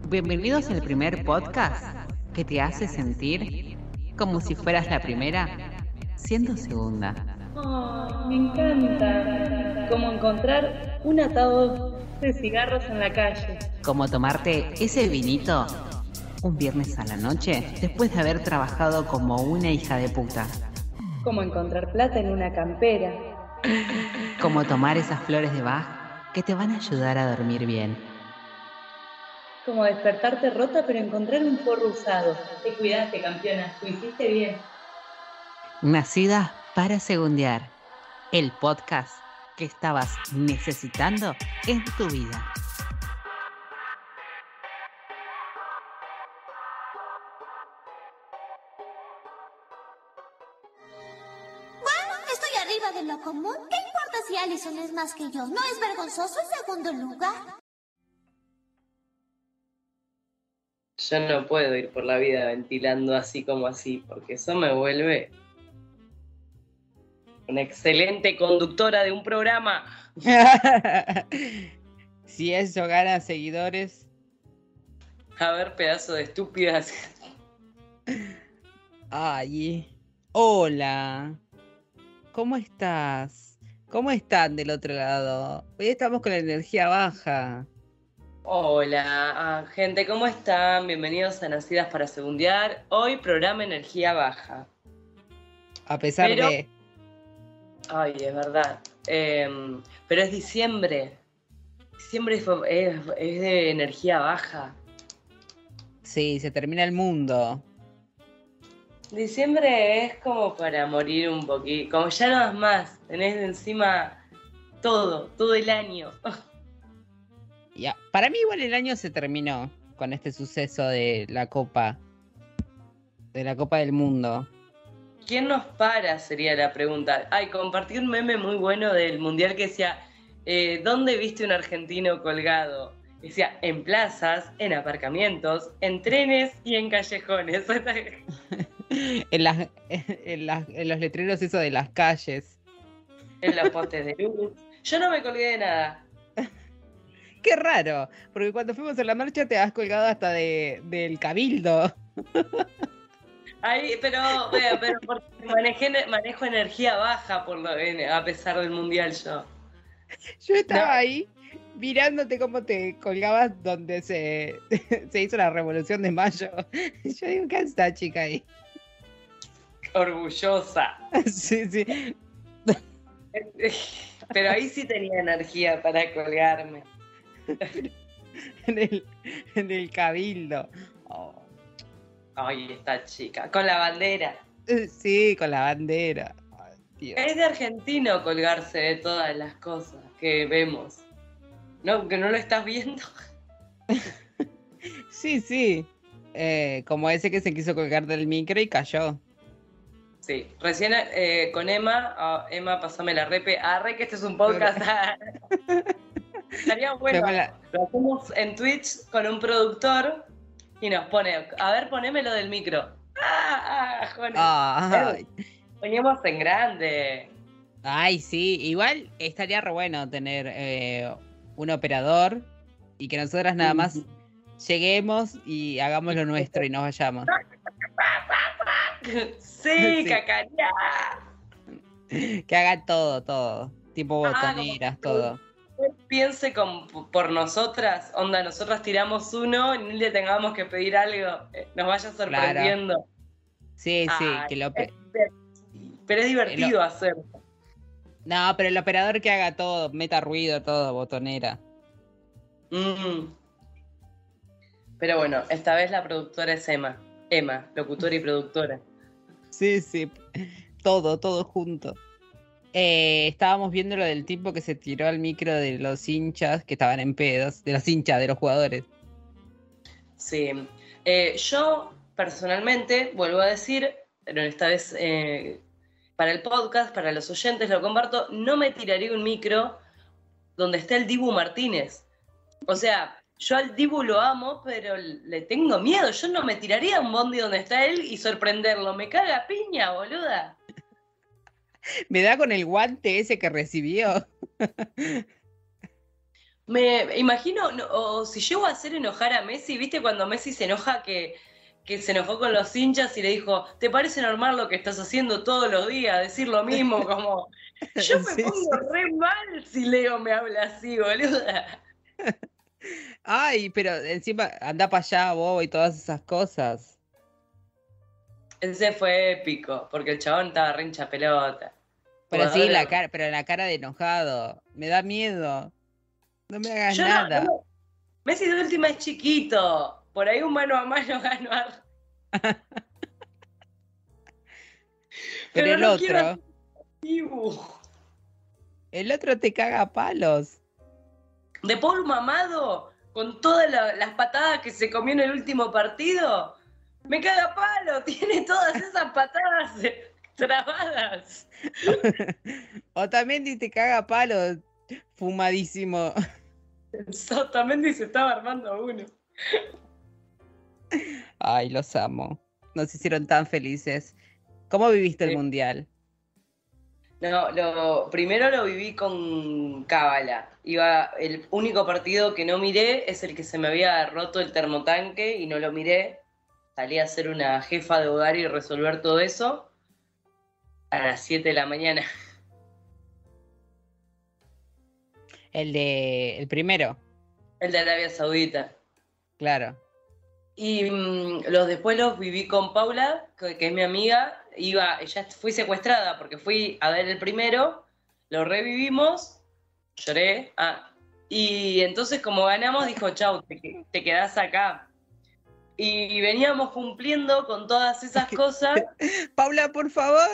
Bienvenidos al primer podcast que te hace sentir como si fueras la primera siendo segunda. Oh, me encanta. Como encontrar un atado de cigarros en la calle. Como tomarte ese vinito un viernes a la noche después de haber trabajado como una hija de puta. Como encontrar plata en una campera. Como tomar esas flores de Bach que te van a ayudar a dormir bien. Como despertarte rota pero encontrar un forro usado. Te cuidaste, campeona. Lo hiciste bien. Nacida para segundear. El podcast que estabas necesitando en tu vida. Bueno, estoy arriba de lo común. ¿Qué importa si Allison es más que yo? ¿No es vergonzoso en segundo lugar? Yo no puedo ir por la vida ventilando así como así, porque eso me vuelve una excelente conductora de un programa. Si eso gana seguidores. A ver, pedazo de estúpidas. Ay, hola. ¿Cómo estás? ¿Cómo están del otro lado? Hoy estamos con la energía baja. Hola, gente, ¿cómo están? Bienvenidos a Nacidas para Segundear. Hoy programa Energía Baja. A pesar de... Ay, es verdad. Pero es diciembre. Diciembre es de energía baja. Sí, se termina el mundo. Diciembre es como para morir un poquito. Como ya no es más. Tenés encima todo el año. Ya, para mí igual el año se terminó con este suceso de la Copa del Mundo. ¿Quién nos para? Sería la pregunta. Ay, compartí un meme muy bueno del Mundial que decía, ¿dónde viste un argentino colgado? Decía, en plazas, en aparcamientos, en trenes y en callejones. en los letreros eso de las calles. En los postes de luz. Yo no me colgué de nada. Qué raro, porque cuando fuimos a la marcha te has colgado hasta del Cabildo. Ahí, pero porque manejo energía baja a pesar del mundial yo. Yo estaba ahí mirándote cómo te colgabas donde se hizo la Revolución de Mayo. Yo digo, ¿qué hace esta chica ahí? Orgullosa. Sí. Pero ahí sí tenía energía para colgarme. En el Cabildo. Oh. Ay, esta chica. Con la bandera. Sí, con la bandera. Ay, Dios. Es de argentino colgarse de todas las cosas que vemos. ¿No? ¿Que no lo estás viendo? Sí. Como ese que se quiso colgar del micro y cayó. Sí. Recién con Emma, Emma, pasame la repe. Arre que este es un podcast. Estaría bueno. Lo hacemos en Twitch con un productor y nos pone, a ver, ponémelo del micro. Joder. Ponemos en grande. Ay, sí, igual estaría re bueno tener un operador y que nosotras nada más lleguemos y hagamos lo nuestro y nos vayamos. Sí, cacaría. Que haga todo, tipo botoneras, todo. Piense por nosotras, onda, nosotras tiramos uno y ni le tengamos que pedir algo, nos vaya sorprendiendo. Claro. Sí, que lo... Pero es divertido hacerlo. No, pero el operador que haga todo, meta ruido, todo, botonera. Pero bueno, esta vez la productora es Emma, locutora y productora. Sí, todo junto. Estábamos viendo lo del tipo que se tiró al micro de los hinchas que estaban en pedos, de los hinchas, de los jugadores. Sí, yo personalmente, vuelvo a decir, pero esta vez para el podcast, para los oyentes lo comparto, no me tiraría un micro donde esté el Dibu Martínez. O sea, yo al Dibu lo amo, pero le tengo miedo. Yo no me tiraría un bondi donde está él y sorprenderlo. Me caga piña, boluda. Me da con el guante ese que recibió. Me imagino, o si llego a hacer enojar a Messi, ¿viste cuando Messi se enoja que se enojó con los hinchas y le dijo, ¿te parece normal lo que estás haciendo todos los días? Decir lo mismo, como... Yo me pongo re mal si Leo me habla así, boluda. Ay, pero encima anda para allá, bobo, y todas esas cosas. Ese fue épico, porque el chabón estaba re hincha pelota. Pero sí, pero la cara de enojado. Me da miedo. No me hagas nada. Messi de última es chiquito. Por ahí un mano a mano ganar. Pero el otro. El otro te caga a palos. De Paul mamado, con todas las patadas que se comió en el último partido, me caga a palo. Tiene todas esas patadas trabadas. O también te caga a palos. Fumadísimo. También se estaba armando uno. Ay, los amo. Nos hicieron tan felices. ¿Cómo viviste el mundial? No, primero lo viví con cábala. El único partido que no miré es el que se me había roto el termotanque y no lo miré. Salí a ser una jefa de hogar y resolver todo eso a las 7 de la mañana. El primero. El de Arabia Saudita. Claro. Y después los viví con Paula, que es mi amiga. Ella fui secuestrada porque fui a ver el primero, lo revivimos, lloré. Y entonces como ganamos, dijo, chau, te quedás acá. Y veníamos cumpliendo con todas esas cosas. Paula, por favor.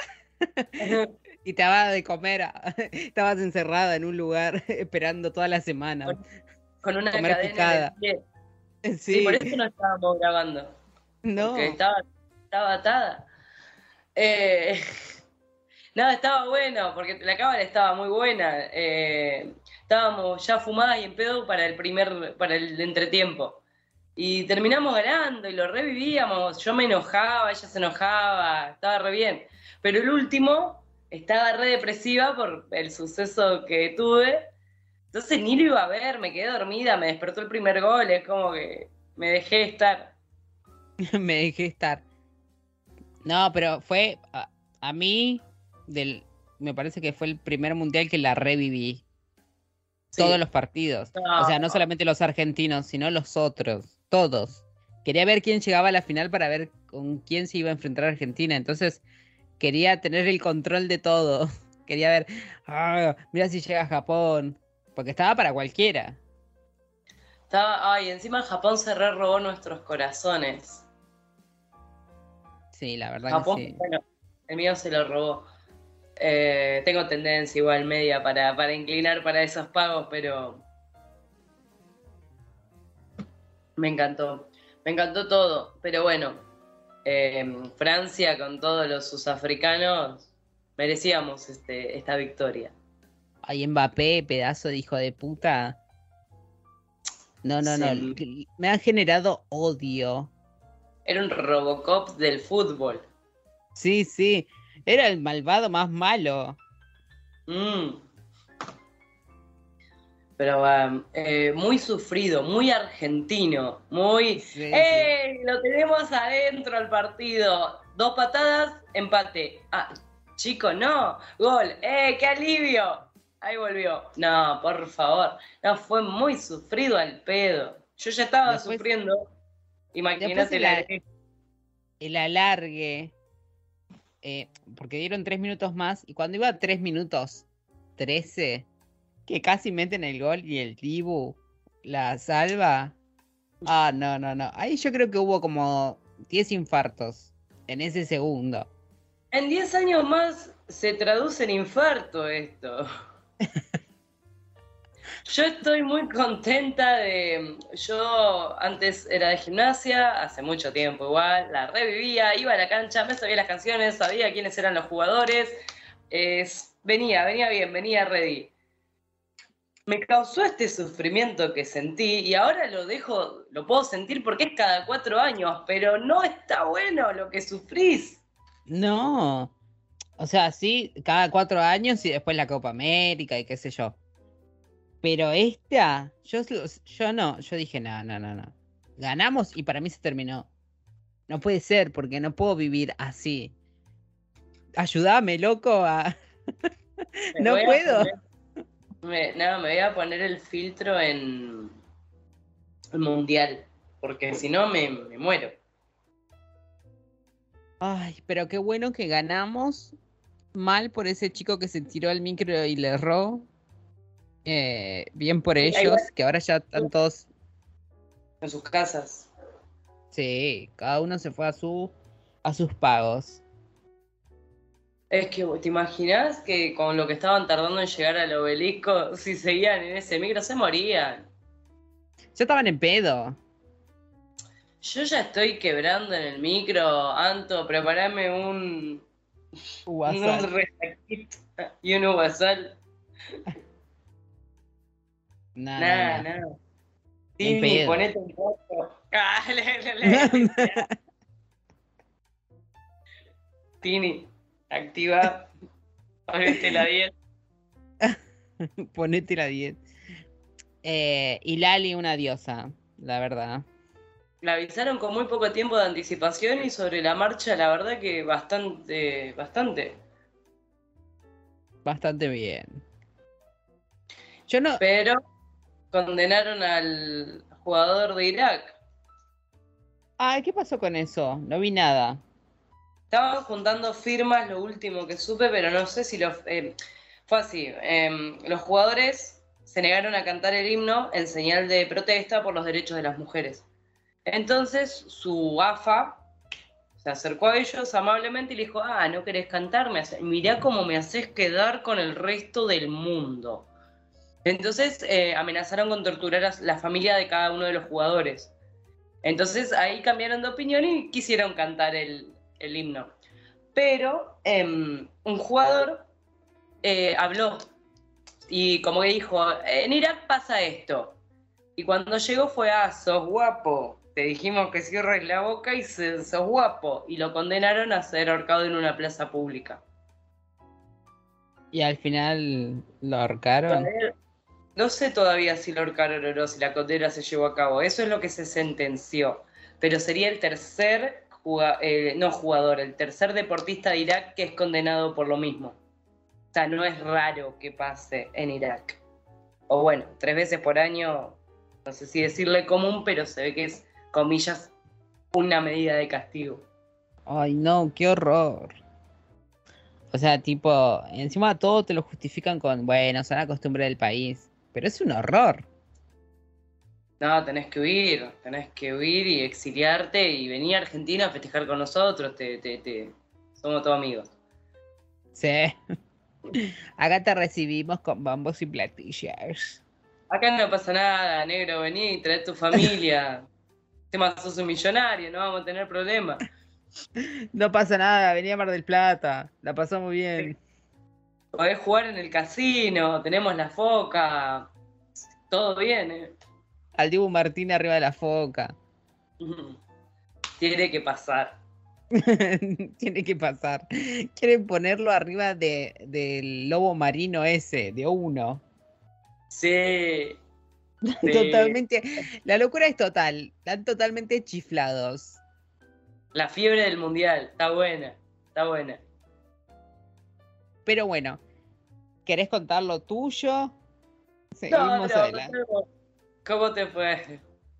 Y te daba de comer. Estabas encerrada en un lugar esperando toda la semana. Con una comer cadena picada. de pie. Sí. Por eso no estábamos grabando. No. Porque estaba atada. No, estaba bueno, porque la cámara estaba muy buena. Estábamos ya fumadas y en pedo para el entretiempo. Y terminamos ganando y lo revivíamos. Yo me enojaba, ella se enojaba, estaba re bien. Pero el último estaba re depresiva por el suceso que tuve. Entonces ni lo iba a ver, me quedé dormida, me despertó el primer gol, es como que me dejé estar. Me dejé estar. No, pero fue a mí, me parece que fue el primer mundial que la reviví. Sí. Todos los partidos. No. O sea, no solamente los argentinos, sino los otros. Todos. Quería ver quién llegaba a la final para ver con quién se iba a enfrentar a Argentina. Entonces, quería tener el control de todo. Quería ver, mira si llega a Japón. Porque estaba para cualquiera. Encima Japón se robó nuestros corazones. Sí, la verdad Japón, que sí. Bueno, el mío se lo robó. Tengo tendencia igual media para inclinar para esos pagos, pero me encantó todo. Pero bueno, Francia con todos los susafricanos merecíamos esta victoria. Ay, Mbappé, pedazo de hijo de puta. No. Me han generado odio. Era un Robocop del fútbol. Sí. Era el malvado más malo. Pero muy sufrido, muy argentino, muy... Sí. Lo tenemos adentro al partido. 2 patadas, empate. Chico, no. Gol. ¡Qué alivio! Ahí volvió. No, por favor. No, fue muy sufrido al pedo. Yo ya estaba sufriendo. Imagínate el alargue. Porque dieron 3 minutos más. Y cuando iba a 3 minutos 13, que casi meten el gol y el Dibu la salva. No. Ahí yo creo que hubo como 10 infartos en ese segundo. En 10 años más se traduce en infarto esto. Yo estoy muy contenta yo antes era de gimnasia, hace mucho tiempo igual, la revivía, iba a la cancha, me sabía las canciones, sabía quiénes eran los jugadores, venía bien, venía ready. Me causó este sufrimiento que sentí y ahora lo puedo sentir porque es cada 4 años, pero no está bueno lo que sufrís. No, o sea, sí, cada 4 años y después la Copa América y qué sé yo. Pero esta, yo no, yo dije, no. Ganamos y para mí se terminó. No puede ser, porque no puedo vivir así. Ayúdame, loco, no puedo. Me voy a poner el filtro en el mundial, porque si no me muero. Ay, pero qué bueno que ganamos. Mal por ese chico que se tiró al micro y le erró. Bien por ellos, que ahora ya están todos en sus casas. Sí, cada uno se fue a sus pagos. Es que, ¿te imaginas que con lo que estaban tardando en llegar al obelisco, si seguían en ese micro, se morían? Ya estaban en pedo. Yo ya estoy quebrando en el micro, Anto, prepárame un resaquito y un uvasal. Nada. Tini, ponete un poco. Tini, activa. Ponete la 10. Ponete la 10. Y Lali, una diosa, la verdad. La avisaron con muy poco tiempo de anticipación y sobre la marcha, la verdad que bastante. Bastante bien. Yo no. Pero condenaron al jugador de Irak. Ay, ¿qué pasó con eso? No vi nada. Estaban juntando firmas, lo último que supe, pero no sé si fue así. Los jugadores se negaron a cantar el himno en señal de protesta por los derechos de las mujeres. Entonces su AFA se acercó a ellos amablemente y le dijo, ¿no querés cantar? Mirá cómo me haces quedar con el resto del mundo. Entonces amenazaron con torturar a la familia de cada uno de los jugadores. Entonces ahí cambiaron de opinión y quisieron cantar el himno. Pero un jugador habló y como que dijo, en Irak pasa esto. Y cuando llegó fue, sos guapo. Te dijimos que cierres la boca y sos guapo. Y lo condenaron a ser ahorcado en una plaza pública. ¿Y al final lo ahorcaron? No sé todavía si lo ahorcaron o no, si la condena se llevó a cabo. Eso es lo que se sentenció. Pero sería el tercer el tercer deportista de Irak que es condenado por lo mismo. O sea, no es raro que pase en Irak. O bueno, 3 veces por año, no sé si decirle común, pero se ve que es, comillas, una medida de castigo. Ay, no, qué horror. O sea, tipo, encima todo te lo justifican con, bueno, son la costumbre del país. Pero es un horror. No, tenés que huir y exiliarte y venir a Argentina a festejar con nosotros. Somos todos amigos. Sí. Acá te recibimos con bombos y platillas. Acá no pasa nada, negro, vení, trae tu familia. Tema, sos un millonario, no vamos a tener problemas. No pasa nada, vení a Mar del Plata, la pasamos bien. Podés jugar en el casino, tenemos la foca, todo bien, Al Dibu Martín arriba de la foca. Tiene que pasar. Tiene que pasar. Quieren ponerlo arriba del lobo marino ese, de uno. Sí. Totalmente. La locura es total. Están totalmente chiflados. La fiebre del mundial. Está buena. Pero bueno. ¿Querés contar lo tuyo? Seguimos adelante. ¿Cómo te fue?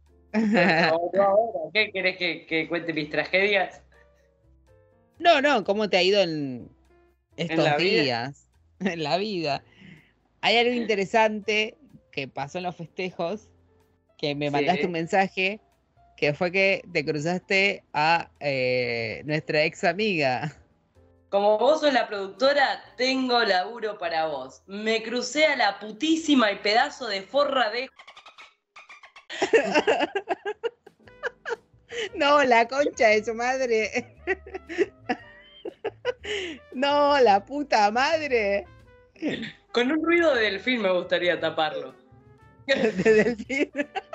¿Qué querés que cuente mis tragedias? No, ¿cómo te ha ido en estos días? En la vida. Hay algo interesante que pasó en los festejos, que me mandaste un mensaje, que fue que te cruzaste a nuestra ex amiga. Como vos sos la productora, tengo laburo para vos. Me crucé a la putísima y pedazo de forra de... No, la concha de su madre. No, la puta madre. Con un ruido de delfín me gustaría taparlo. De delfín.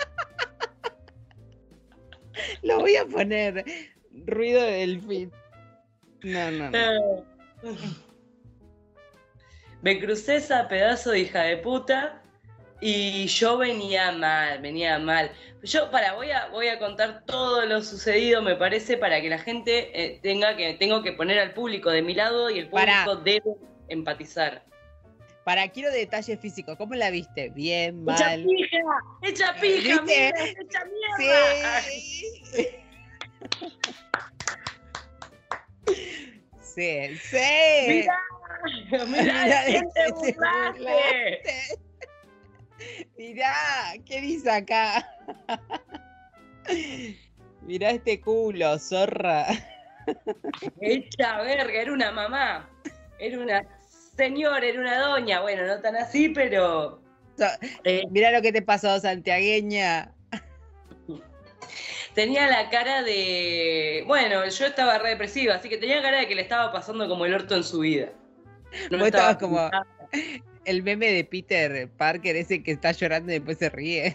Lo voy a poner. Ruido de delfín. No. Me crucé esa pedazo de hija de puta Y yo venía mal. Yo, voy a contar todo lo sucedido, me parece, para que la gente tengo que poner al público de mi lado y el público debe empatizar. Quiero detalles físicos. ¿Cómo la viste? Bien, mal. ¡Echa pija! ¿Viste? ¡Echa mierda! Sí. Mirá, ¿quién te burlaste? Mirá, ¿qué dice acá? Mirá este culo, zorra. Hecha verga, era una mamá. Era una señora, era una doña. Bueno, no tan así, pero... Mirá lo que te pasó, santiagueña. Tenía la cara de... Bueno, yo estaba re depresiva, así que tenía cara de que le estaba pasando como el orto en su vida. Vos estabas como el meme de Peter Parker, ese que está llorando y después se ríe.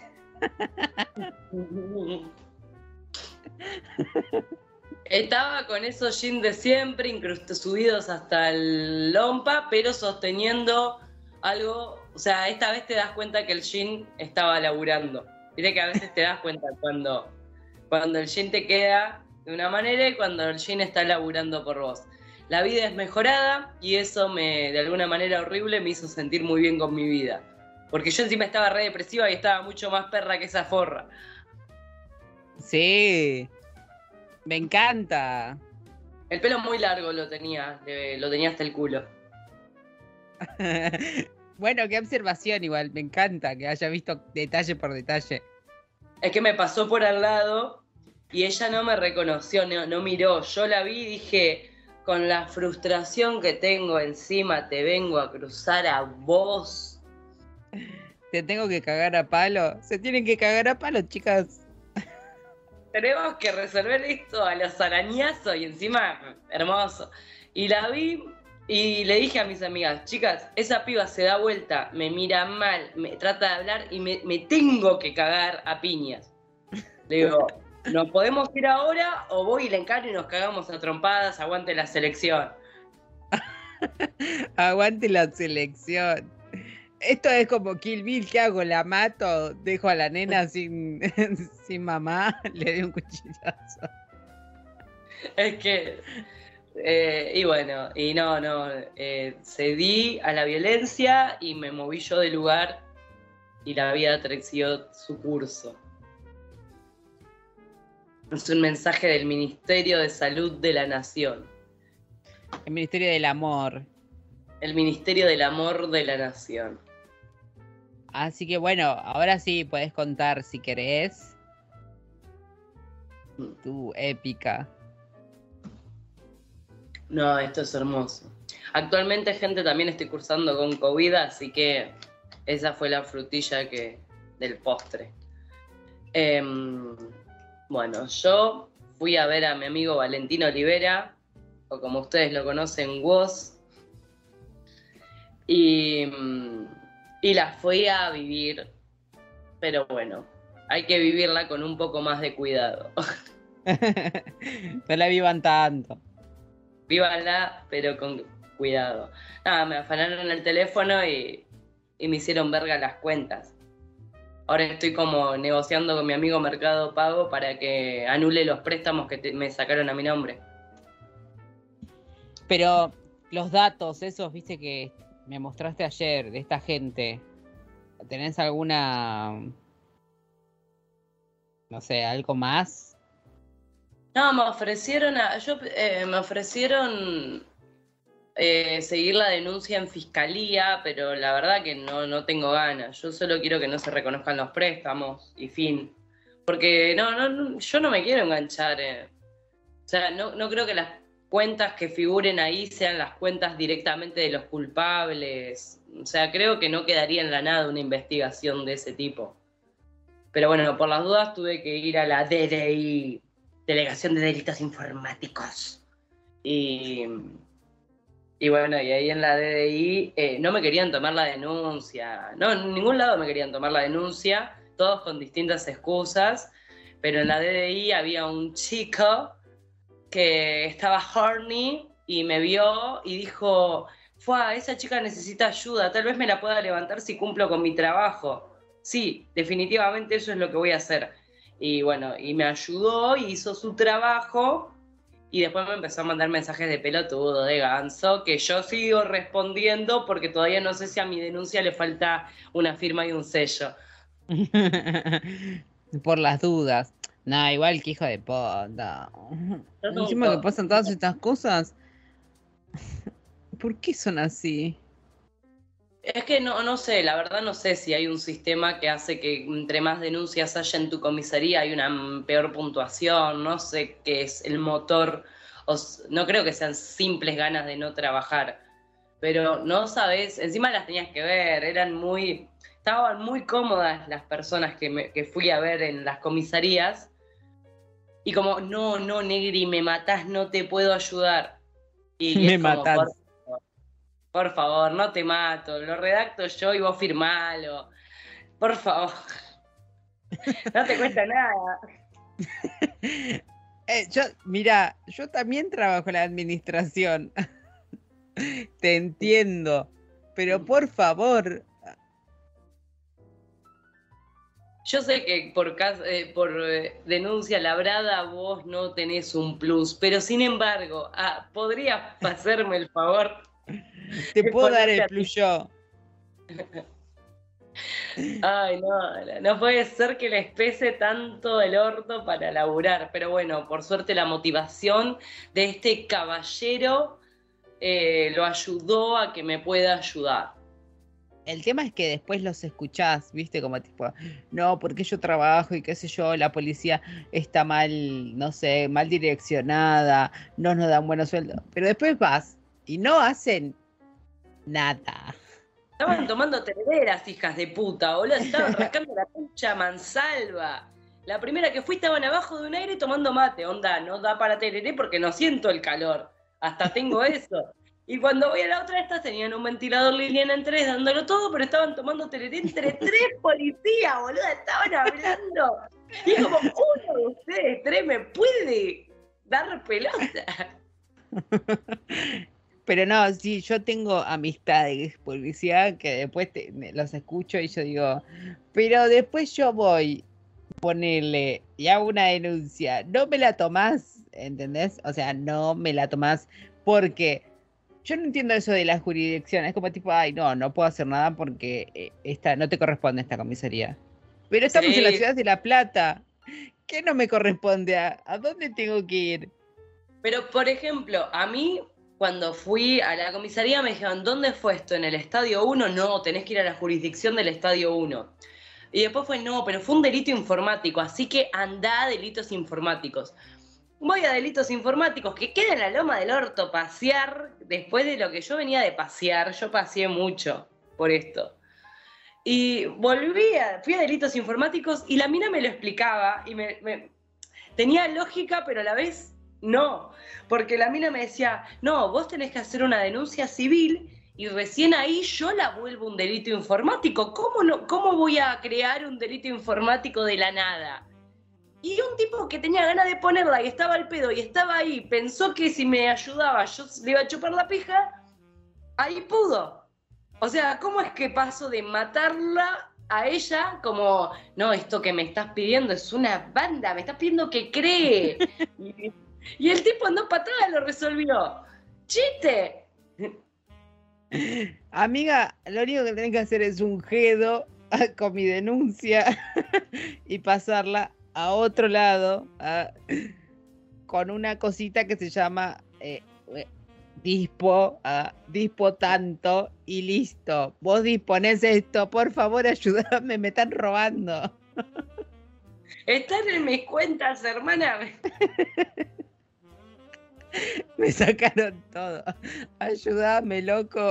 Estaba con esos jeans de siempre, subidos hasta el lompa, pero sosteniendo algo. O sea, esta vez te das cuenta que el jean estaba laburando. Viste que a veces te das cuenta cuando el jean te queda de una manera y cuando el jean está laburando por vos. La vida es mejorada y eso de alguna manera horrible, me hizo sentir muy bien con mi vida. Porque yo encima estaba re depresiva y estaba mucho más perra que esa forra. Sí, me encanta. El pelo muy largo lo tenía hasta el culo. Bueno, qué observación igual, me encanta que haya visto detalle por detalle. Es que me pasó por al lado y ella no me reconoció, no miró. Yo la vi y dije... Con la frustración que tengo encima, te vengo a cruzar a vos. Te tengo que cagar a palo. Se tienen que cagar a palo, chicas. Tenemos que resolver esto a los arañazos y encima, hermoso. Y la vi y le dije a mis amigas, chicas, esa piba se da vuelta, me mira mal, me trata de hablar y me tengo que cagar a piñas. Le digo... ¿Nos podemos ir ahora o voy y le encaro y nos cagamos a trompadas? Aguante la selección. Aguante la selección. Esto es como Kill Bill. ¿Qué hago? ¿La mato? ¿Dejo a la nena sin mamá? Le doy un cuchillazo. Es que... y bueno, y no, cedí a la violencia y me moví yo del lugar y la vida siguió su curso. Es un mensaje del Ministerio de Salud de la Nación. El Ministerio del Amor. El Ministerio del Amor de la Nación. Así que bueno, ahora sí puedes contar si querés. Tu épica. No, esto es hermoso. Actualmente, gente, también estoy cursando con COVID, así que esa fue la frutilla del postre. Bueno, yo fui a ver a mi amigo Valentín Olivera, o como ustedes lo conocen, Woz, y la fui a vivir, pero bueno, hay que vivirla con un poco más de cuidado. No la vivan tanto. Vívanla, pero con cuidado. Nada, me afanaron el teléfono y me hicieron verga las cuentas. Ahora estoy como negociando con mi amigo Mercado Pago para que anule los préstamos que me sacaron a mi nombre. Pero los datos, esos, viste, que me mostraste ayer de esta gente, ¿tenés alguna, no sé, algo más? No, me ofrecieron seguir la denuncia en fiscalía, pero la verdad que no tengo ganas. Yo solo quiero que no se reconozcan los préstamos y fin. Porque yo no me quiero enganchar. O sea, no creo que las cuentas que figuren ahí sean las cuentas directamente de los culpables. O sea, creo que no quedaría en la nada una investigación de ese tipo. Pero bueno, por las dudas tuve que ir a la DDI, Delegación de Delitos Informáticos. Y bueno, y ahí en la DDI no me querían tomar la denuncia. No, en ningún lado me querían tomar la denuncia, todos con distintas excusas. Pero en la DDI había un chico que estaba horny y me vio y dijo, esa chica necesita ayuda, tal vez me la pueda levantar si cumplo con mi trabajo. sí, definitivamente eso es lo que voy a hacer. Y bueno, y me ayudó, hizo su trabajo, y después me empezó a mandar mensajes de pelotudo, de ganso, que yo sigo respondiendo porque todavía no sé si a mi denuncia le falta una firma y un sello. Por las dudas. No, igual que hijo de puta. Encima que pasan todas estas cosas. ¿Por qué son así? Es que no sé, la verdad no sé si hay un sistema que hace que entre más denuncias haya en tu comisaría hay una peor puntuación, no sé qué es el motor, no creo que sean simples ganas de no trabajar, pero no sabes, encima las tenías que ver, estaban muy cómodas las personas que fui a ver en las comisarías, y como, no, Negri, me matás, no te puedo ayudar. Y Me es como, matás. por favor, no te mato, lo redacto yo y vos firmalo. Por favor. No te cuesta nada. Mira, yo también trabajo en la administración. Te entiendo. Pero por favor. Yo sé que por denuncia labrada vos no tenés un plus, pero sin embargo, ¿podrías hacerme el favor? Te puedo dar el plus yo. Ay, no puede ser que les pese tanto el orto para laburar, pero bueno, por suerte la motivación de este caballero lo ayudó a que me pueda ayudar. El tema es que después los escuchás, viste, como tipo, no, porque yo trabajo y qué sé yo, la policía está mal, no sé, mal direccionada, no nos dan buenos sueldos, pero después vas y no hacen nada. Estaban tomando terederas, hijas de puta, boludo. Estaban rascando la concha mansalva. La primera que fui estaban abajo de un aire tomando mate. Onda, no da para tereré porque no siento el calor. Hasta tengo eso. Y cuando voy a la otra, estas tenían un ventilador Liliana en 3 dándolo todo, pero estaban tomando tereré entre 3 policías, boludo. Estaban hablando. Y es como, uno de ustedes 3 me puede dar pelota. Pero no, sí, yo tengo amistades policía que después los escucho y yo digo, pero después yo voy a ponerle y hago una denuncia, no me la tomás, ¿entendés? O sea, no me la tomás porque yo no entiendo eso de la jurisdicción, es como tipo, ay, no puedo hacer nada porque no te corresponde esta comisaría. Pero estamos en la ciudad de La Plata, ¿qué no me corresponde? ¿A dónde tengo que ir? Pero, por ejemplo, a mí... Cuando fui a la comisaría me dijeron, ¿dónde fue esto? ¿En el Estadio 1? No, tenés que ir a la jurisdicción del Estadio 1. Y después fue, no, pero fue un delito informático, así que andá a delitos informáticos. Voy a delitos informáticos, que queda en la loma del orto pasear, después de lo que yo venía de pasear, yo paseé mucho por esto. Y fui a delitos informáticos y la mina me lo explicaba y tenía lógica, pero a la vez no, porque la mina me decía, no, vos tenés que hacer una denuncia civil y recién ahí yo la vuelvo un delito informático. ¿Cómo voy a crear un delito informático de la nada? Y un tipo que tenía ganas de ponerla y estaba al pedo y estaba ahí, pensó que si me ayudaba yo le iba a chupar la pija, ahí pudo. O sea, ¿cómo es que paso de matarla a ella como, no, esto que me estás pidiendo es una banda, me estás pidiendo que cree? Y el tipo andó para atrás, lo resolvió. ¡Chiste! Amiga, lo único que tenés que hacer es un jedo con mi denuncia y pasarla a otro lado con una cosita que se llama dispo tanto y listo. Vos disponés esto, por favor ayúdame, me están robando. Están en mis cuentas, hermana. Me sacaron todo. Ayúdame, loco.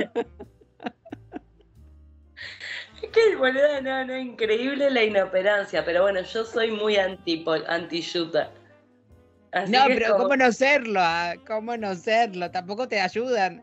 Es que, boludo, no, increíble la inoperancia. Pero bueno, yo soy muy anti-shooter. No, pero ¿cómo no serlo? ¿Cómo no serlo? Tampoco te ayudan.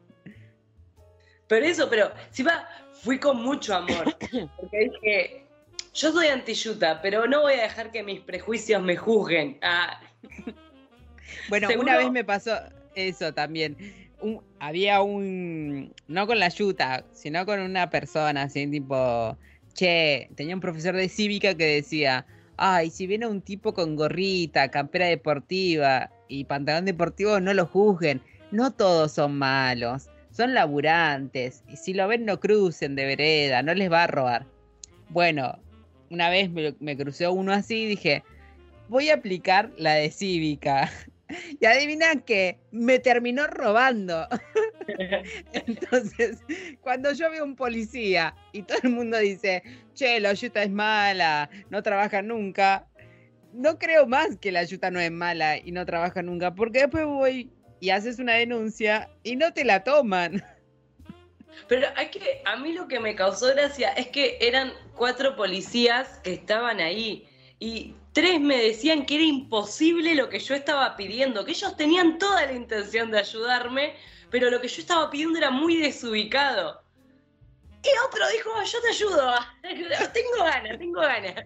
Pero fui con mucho amor. Porque dije, yo soy anti-yuta, pero no voy a dejar que mis prejuicios me juzguen. Bueno, ¿seguro? Una vez me pasó eso también. Había no con la yuta, sino con una persona así tipo che, tenía un profesor de cívica que decía, ay, si viene un tipo con gorrita, campera deportiva y pantalón deportivo, no lo juzguen. No todos son malos, son laburantes. Y si lo ven, no crucen de vereda, no les va a robar. Bueno, una vez me crucé uno así y dije, voy a aplicar la de cívica. Y adivina qué, me terminó robando. Entonces, cuando yo veo un policía y todo el mundo dice, che, la yuta es mala, no trabaja nunca, no creo más que la yuta no es mala y no trabaja nunca, porque después voy y haces una denuncia y no te la toman. Pero a mí lo que me causó gracia es que eran 4 policías que estaban ahí y 3 me decían que era imposible lo que yo estaba pidiendo, que ellos tenían toda la intención de ayudarme, pero lo que yo estaba pidiendo era muy desubicado. Y otro dijo, yo te ayudo, tengo ganas.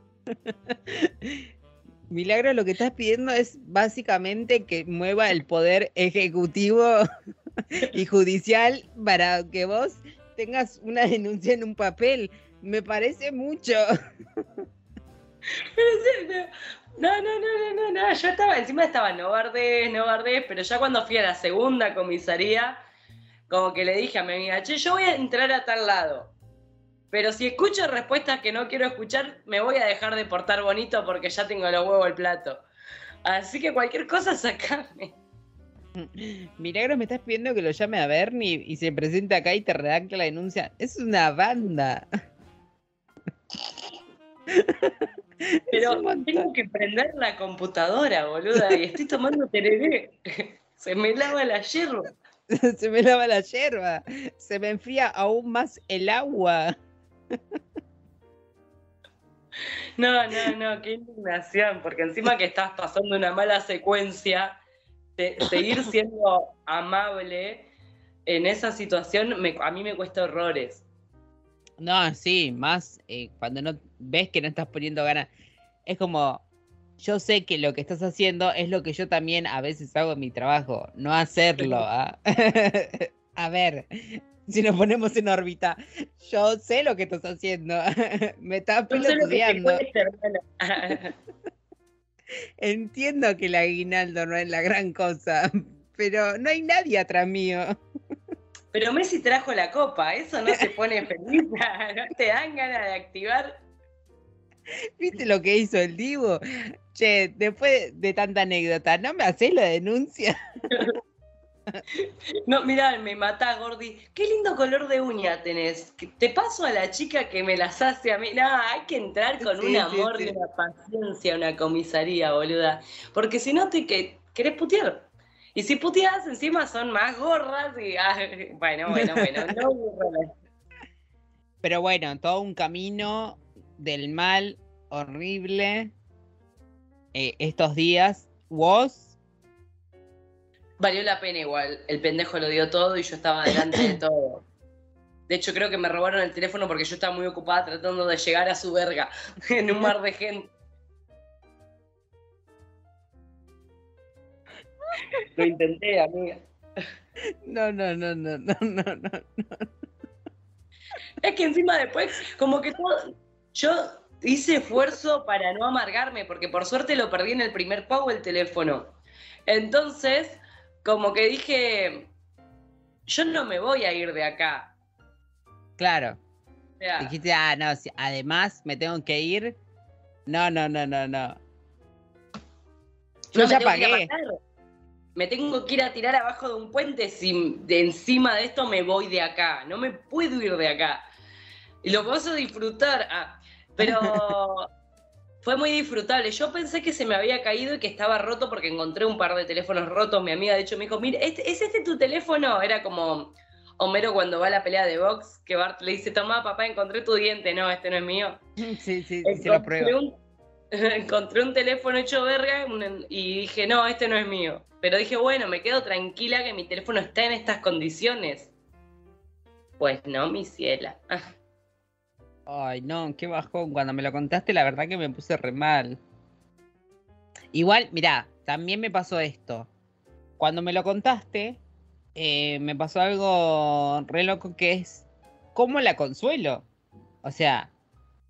Milagro, lo que estás pidiendo es básicamente que mueva el poder ejecutivo y judicial para que vos tengas una denuncia en un papel. Me parece mucho. No, yo estaba, no bardés, pero ya cuando fui a la segunda comisaría, como que le dije a mi amiga, che, yo voy a entrar a tal lado, pero si escucho respuestas que no quiero escuchar, me voy a dejar de portar bonito porque ya tengo los huevos al plato. Así que cualquier cosa sacame. Milagros, me estás pidiendo que lo llame a Bernie y se presente acá y te redacte la denuncia. Es una banda. Pero tengo que prender la computadora, boluda, y estoy tomando tereré. Se me lava la yerba. Se me lava la yerba. Se me enfría aún más el agua. No, qué indignación, porque encima que estás pasando una mala secuencia, seguir siendo amable en esa situación a mí me cuesta horrores. No, sí, más cuando no ves que no estás poniendo ganas. Es como, yo sé que lo que estás haciendo es lo que yo también a veces hago en mi trabajo, no hacerlo. ¿Ah? A ver, si nos ponemos en órbita, yo sé lo que estás haciendo. Me estás pelotudeando. Entiendo que el aguinaldo no es la gran cosa, pero no hay nadie atrás mío. Pero Messi trajo la copa, eso no se pone feliz, no te dan ganas de activar. ¿Viste lo que hizo el Dibu? Che, después de tanta anécdota, ¿no me hacés la denuncia? No, mirá, me matás, Gordi. Qué lindo color de uña tenés. Te paso a la chica que me las hace a mí. No, hay que entrar con un amor y una paciencia a una comisaría, boluda. Porque si no querés putear. Y si puteás, encima son más gorras y... bueno, no burro. Pero bueno, todo un camino del mal horrible estos días. ¿Vos? Valió la pena igual. El pendejo lo dio todo y yo estaba delante de todo. De hecho, creo que me robaron el teléfono porque yo estaba muy ocupada tratando de llegar a su verga en un mar de gente. Lo intenté, amiga. No. Es que encima después, como que todo... Yo hice esfuerzo para no amargarme, porque por suerte lo perdí en el primer pago el teléfono. Entonces, como que dije, yo no me voy a ir de acá. Claro. O sea, dijiste, no, si además me tengo que ir. No. Yo ya pagué. Me tengo que ir a tirar abajo de un puente, si de encima de esto me voy de acá. No me puedo ir de acá. Y lo puedo disfrutar. Pero fue muy disfrutable. Yo pensé que se me había caído y que estaba roto porque encontré un par de teléfonos rotos. Mi amiga, de hecho, me dijo, mira, ¿es este tu teléfono? Era como Homero cuando va a la pelea de box, que Bart le dice, tomá, papá, encontré tu diente. No, este no es mío. Sí, se lo pruebo. Encontré un teléfono hecho verga y dije, no, este no es mío. Pero dije, bueno, me quedo tranquila que mi teléfono está en estas condiciones. Pues no, mi ciela. Ay, no, qué bajón. Cuando me lo contaste, la verdad que me puse re mal. Igual, mirá, también me pasó esto. Cuando me lo contaste, me pasó algo re loco que es, ¿cómo la consuelo? O sea,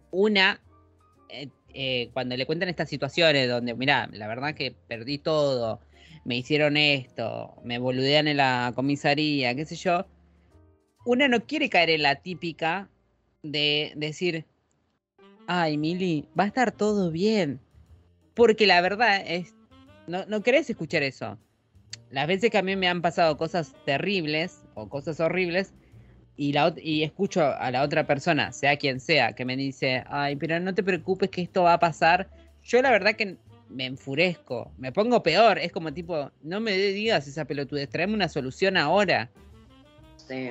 Una, cuando le cuentan estas situaciones donde, mirá, la verdad que perdí todo, me hicieron esto, me boludean en la comisaría, qué sé yo, una no quiere caer en la típica de decir, ay, Mili, va a estar todo bien. Porque la verdad es, no querés escuchar eso. Las veces que a mí me han pasado cosas terribles o cosas horribles y escucho a la otra persona, sea quien sea, que me dice, ay, pero no te preocupes que esto va a pasar, yo la verdad que me enfurezco, me pongo peor, es como tipo, no me digas esa pelotudez, tráeme una solución ahora. Sí.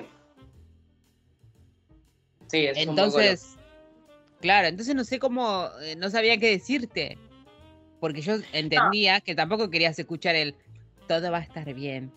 Sí, es entonces, claro, entonces no sé cómo, no sabía qué decirte, porque yo entendía que tampoco querías escuchar el todo va a estar bien.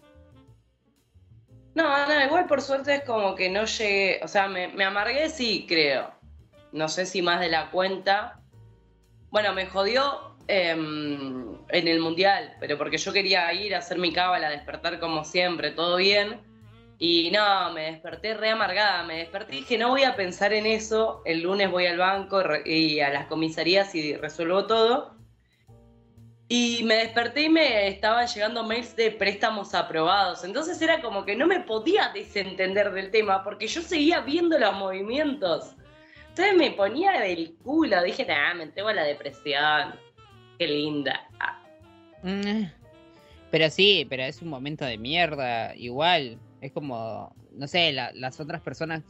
No, igual por suerte es como que no llegué, o sea, me amargué, sí, creo. No sé si más de la cuenta. Bueno, me jodió en el Mundial, pero porque yo quería ir a hacer mi cábala, despertar como siempre, todo bien. Y no, me desperté re amargada, me desperté y dije, no voy a pensar en eso, el lunes voy al banco y a las comisarías y resuelvo todo. Y me desperté y me estaban llegando mails de préstamos aprobados. Entonces era como que no me podía desentender del tema porque yo seguía viendo los movimientos. Entonces me ponía del culo. Dije, me entrego a la depresión. Qué linda. Pero sí, pero es un momento de mierda. Igual, es como, no sé, las otras personas...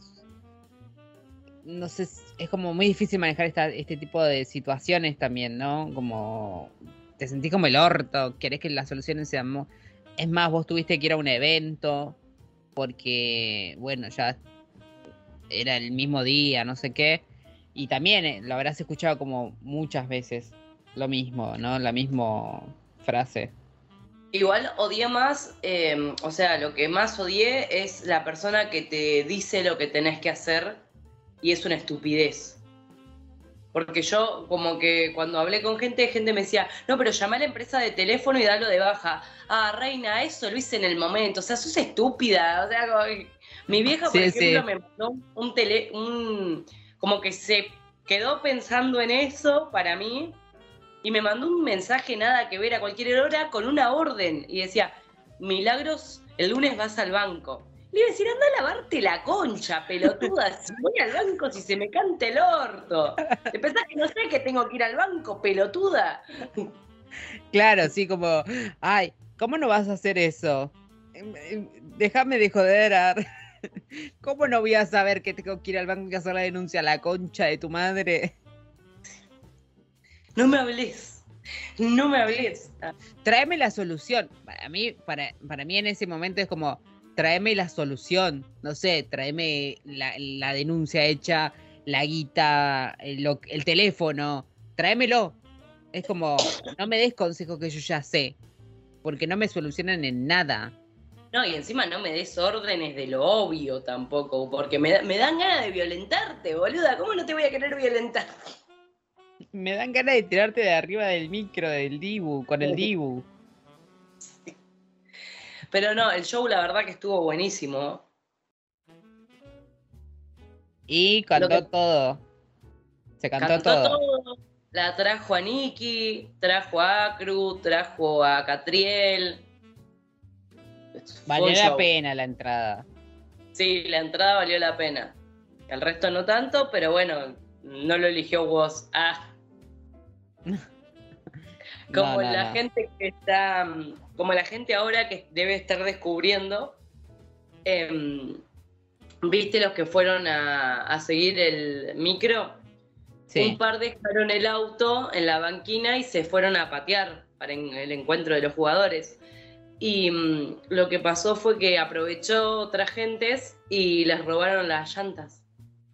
No sé, es como muy difícil manejar este tipo de situaciones también, ¿no? Como... Te sentís como el orto, querés que las soluciones sean... Es más, vos tuviste que ir a un evento porque, bueno, ya era el mismo día, no sé qué. Y también lo habrás escuchado como muchas veces lo mismo, ¿no? La misma frase. Igual odié más, o sea, lo que más odié es la persona que te dice lo que tenés que hacer y es una estupidez. Porque yo, como que cuando hablé con gente me decía, no, pero llamá a la empresa de teléfono y dalo de baja. Ah, reina, eso lo hice en el momento. O sea, sos estúpida. O sea, como mi vieja, por ejemplo, me mandó como que se quedó pensando en eso para mí y me mandó un mensaje nada que ver a cualquier hora con una orden. Y decía, Milagros, el lunes vas al banco. Le iba a decir, anda a lavarte la concha, pelotuda. Si voy al banco, si se me canta el orto. ¿Te pensás que no sé que tengo que ir al banco, pelotuda? Claro, sí, como, ay, ¿cómo no vas a hacer eso? Déjame de joder. ¿Cómo no voy a saber que tengo que ir al banco y hacer la denuncia a la concha de tu madre? No me hables. No me hables. Tráeme la solución. Para mí en ese momento es como... Tráeme la solución, no sé, tráeme la denuncia hecha, la guita, el teléfono, tráemelo. Es como, no me des consejos que yo ya sé, porque no me solucionan en nada. No, y encima no me des órdenes de lo obvio tampoco, porque me dan ganas de violentarte, boluda. ¿Cómo no te voy a querer violentar? Me dan ganas de tirarte de arriba del micro, del Dibu, con el Dibu. Pero no, el show la verdad que estuvo buenísimo. Y cantó todo. Se cantó todo. La trajo a Nicky, trajo a Acru, trajo a Catriel. Valió la pena la entrada. Sí, la entrada valió la pena. El resto no tanto, pero bueno, no lo eligió vos. Como la gente que está, como la gente ahora que debe estar descubriendo, ¿viste los que fueron a seguir el micro? Sí. Un par dejaron el auto en la banquina y se fueron a patear para el encuentro de los jugadores. Y lo que pasó fue que aprovechó otras gentes y les robaron las llantas.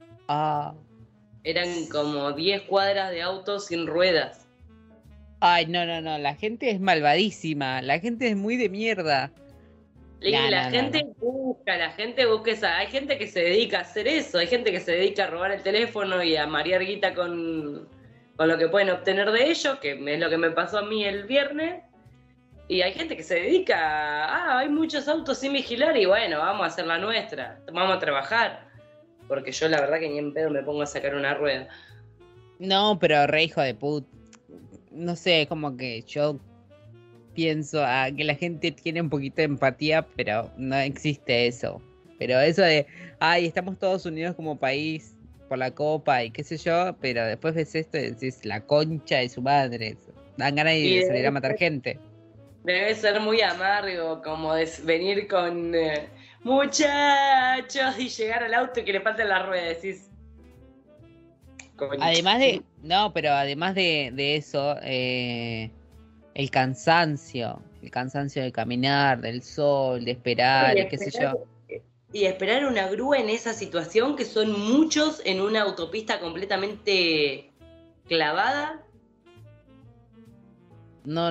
Eran como 10 cuadras de autos sin ruedas. Ay, no, la gente es malvadísima, la gente es muy de mierda. La gente busca esa. Hay gente que se dedica a hacer eso, hay gente que se dedica a robar el teléfono y a marear guita con lo que pueden obtener de ellos, que es lo que me pasó a mí el viernes. Y hay gente que se dedica hay muchos autos sin vigilar y bueno, vamos a hacer la nuestra, vamos a trabajar. Porque yo la verdad que ni en pedo me pongo a sacar una rueda. No, pero re hijo de puta. No sé, como que yo pienso que la gente tiene un poquito de empatía, pero no existe eso. Pero eso de, ay, estamos todos unidos como país por la copa y qué sé yo, pero después ves esto y decís, la concha de su madre. Dan ganas Y de salir a matar gente. debe ser muy amargo como venir con muchachos y llegar al auto y que le falten las ruedas. Decís, concha. Además de, no, pero además de eso, el cansancio de caminar, del sol, de esperar, y qué sé yo. Y esperar una grúa en esa situación, que son muchos en una autopista completamente clavada. No.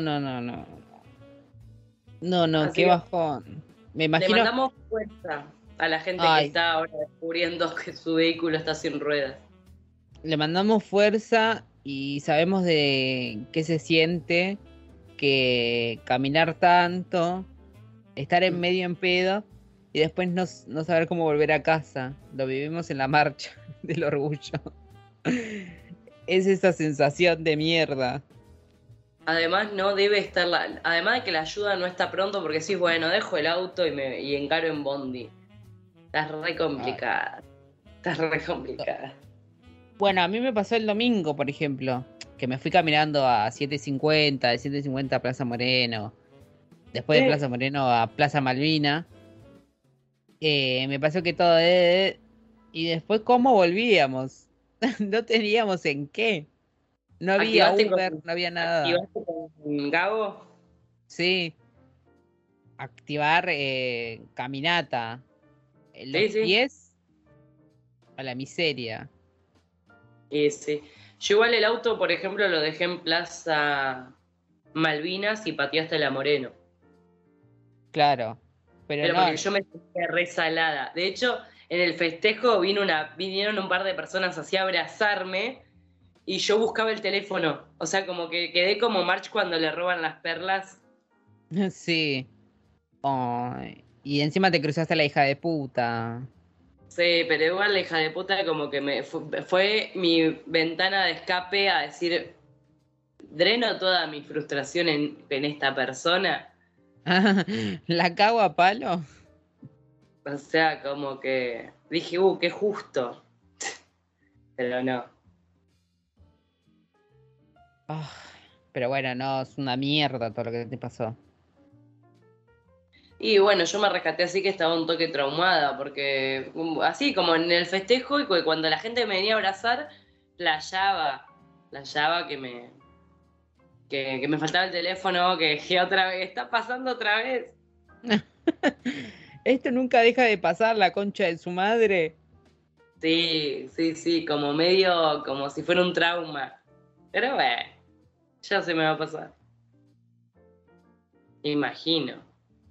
No, Así qué que bajón. Me le imagino. mandamos fuerza a la gente Ay. que está ahora descubriendo que su vehículo está sin ruedas. Le mandamos fuerza y sabemos de qué se siente que caminar tanto, estar en medio en pedo y después no saber cómo volver a casa. Lo vivimos en la marcha del orgullo. Es esa sensación de mierda. Además no debe estar además de que la ayuda no está pronto, porque decís, bueno, dejo el auto y encaro en Bondi. Estás re complicada. Estás re complicada. Bueno, a mí me pasó el domingo, por ejemplo, que me fui caminando a 7:50, de 7:50 a Plaza Moreno, después de Plaza Moreno a Plaza Malvina. Me pasó que todo... y después, ¿cómo volvíamos? No teníamos en qué. No había Uber, no había nada. ¿Activaste con Gabo? Sí. Activar caminata. Los pies a la miseria. Sí. Yo igual el auto, por ejemplo, lo dejé en Plaza Malvinas y pateaste la Moreno. Claro. Pero no. Porque yo me sentía resalada. De hecho, en el festejo vinieron un par de personas así a abrazarme y yo buscaba el teléfono. O sea, como que quedé como March cuando le roban las perlas. Sí. Ay. Y encima te cruzaste a la hija de puta. Sí, pero igual la hija de puta como que fue mi ventana de escape a decir, dreno toda mi frustración en esta persona. ¿La cago a palo? O sea, como que dije, qué justo. Pero no. Pero bueno, no, es una mierda todo lo que te pasó. Y bueno, yo me rescaté así que estaba un toque traumada, porque así como en el festejo y cuando la gente me venía a abrazar, playaba que me faltaba el teléfono, que otra vez, está pasando otra vez. Esto nunca deja de pasar, la concha de su madre. Sí, como medio, como si fuera un trauma. Pero bueno, ya se me va a pasar. Imagino.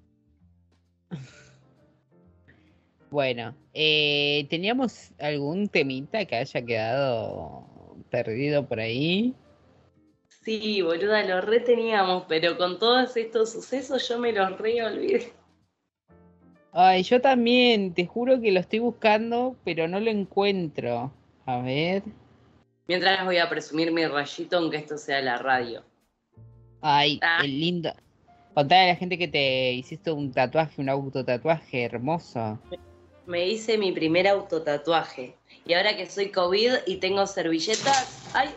Bueno, ¿teníamos algún temita que haya quedado perdido por ahí? Sí, boluda, lo reteníamos, pero con todos estos sucesos yo me los olvidé. Ay, yo también, te juro que lo estoy buscando, pero no lo encuentro. A ver. Mientras voy a presumir mi rayito, aunque esto sea la radio. Ay, el lindo. Contale a la gente que te hiciste un tatuaje, un autotatuaje hermoso. Me hice mi primer autotatuaje. Y ahora que soy COVID y tengo servilletas... ¡Ay!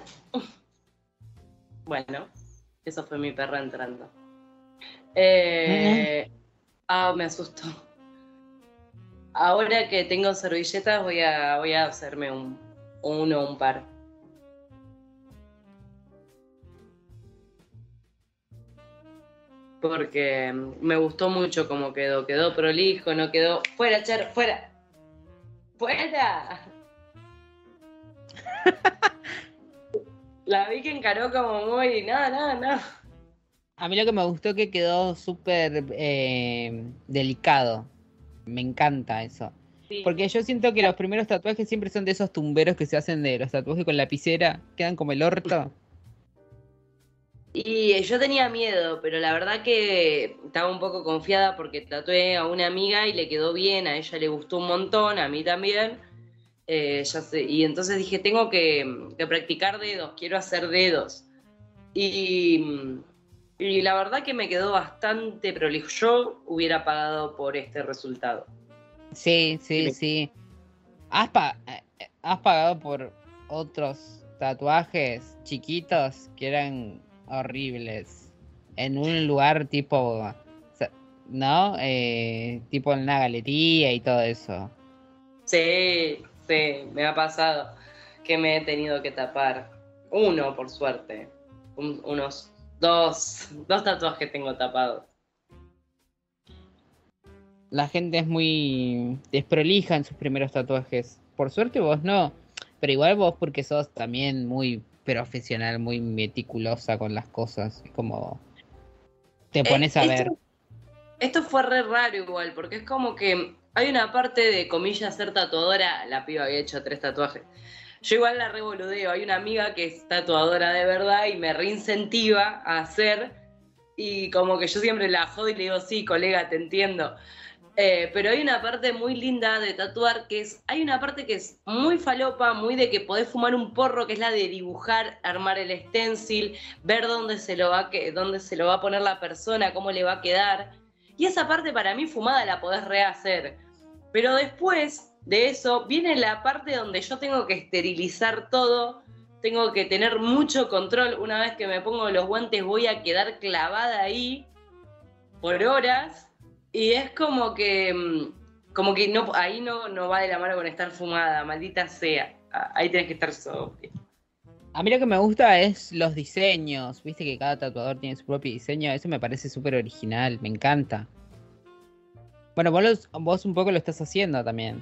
Bueno, eso fue mi perra entrando. Me asustó. Ahora que tengo servilletas voy a hacerme un par. Porque me gustó mucho cómo quedó. Quedó prolijo, no quedó... ¡Fuera, Cher! ¡Fuera! ¡Fuera! La vi que encaró como muy... No. A mí lo que me gustó que quedó súper delicado. Me encanta eso. Sí. Porque yo siento que los primeros tatuajes siempre son de esos tumberos que se hacen de los tatuajes con lapicera. Quedan como el orto. Y yo tenía miedo, pero la verdad que estaba un poco confiada porque tatué a una amiga y le quedó bien, a ella le gustó un montón, a mí también. Ya sé. Y entonces dije, tengo que practicar dedos, quiero hacer dedos. Y la verdad que me quedó bastante prolijo. Yo hubiera pagado por este resultado. Sí. ¿Has pagado por otros tatuajes chiquitos que eran horribles? En un lugar tipo, ¿no? Tipo en una galería y todo eso. Sí, me ha pasado que me he tenido que tapar. Uno, por suerte. Unos dos tatuajes tengo tapados. La gente es muy desprolija en sus primeros tatuajes. Por suerte vos no. Pero igual vos porque sos también muy profesional, muy meticulosa con las cosas. Como te pones a ver. Esto fue re raro igual, porque es como que hay una parte de, comillas, ser tatuadora. La piba había hecho 3 tatuajes. Yo igual la revoludeo. Hay una amiga que es tatuadora de verdad y me reincentiva a hacer. Y como que yo siempre la jodo y le digo, sí, colega, te entiendo. Pero hay una parte muy linda de tatuar hay una parte que es muy falopa, muy de que podés fumar un porro, que es la de dibujar, armar el stencil, ver dónde se lo va a poner la persona, cómo le va a quedar. Y esa parte para mí fumada la podés rehacer. Pero después de eso viene la parte donde yo tengo que esterilizar todo, tengo que tener mucho control. Una vez que me pongo los guantes voy a quedar clavada ahí por horas. Y es como que no, ahí no va de la mano con estar fumada, maldita sea. Ahí tenés que estar sobria. A mí lo que me gusta es los diseños. Viste que cada tatuador tiene su propio diseño. Eso me parece súper original, me encanta. Bueno, vos un poco lo estás haciendo también.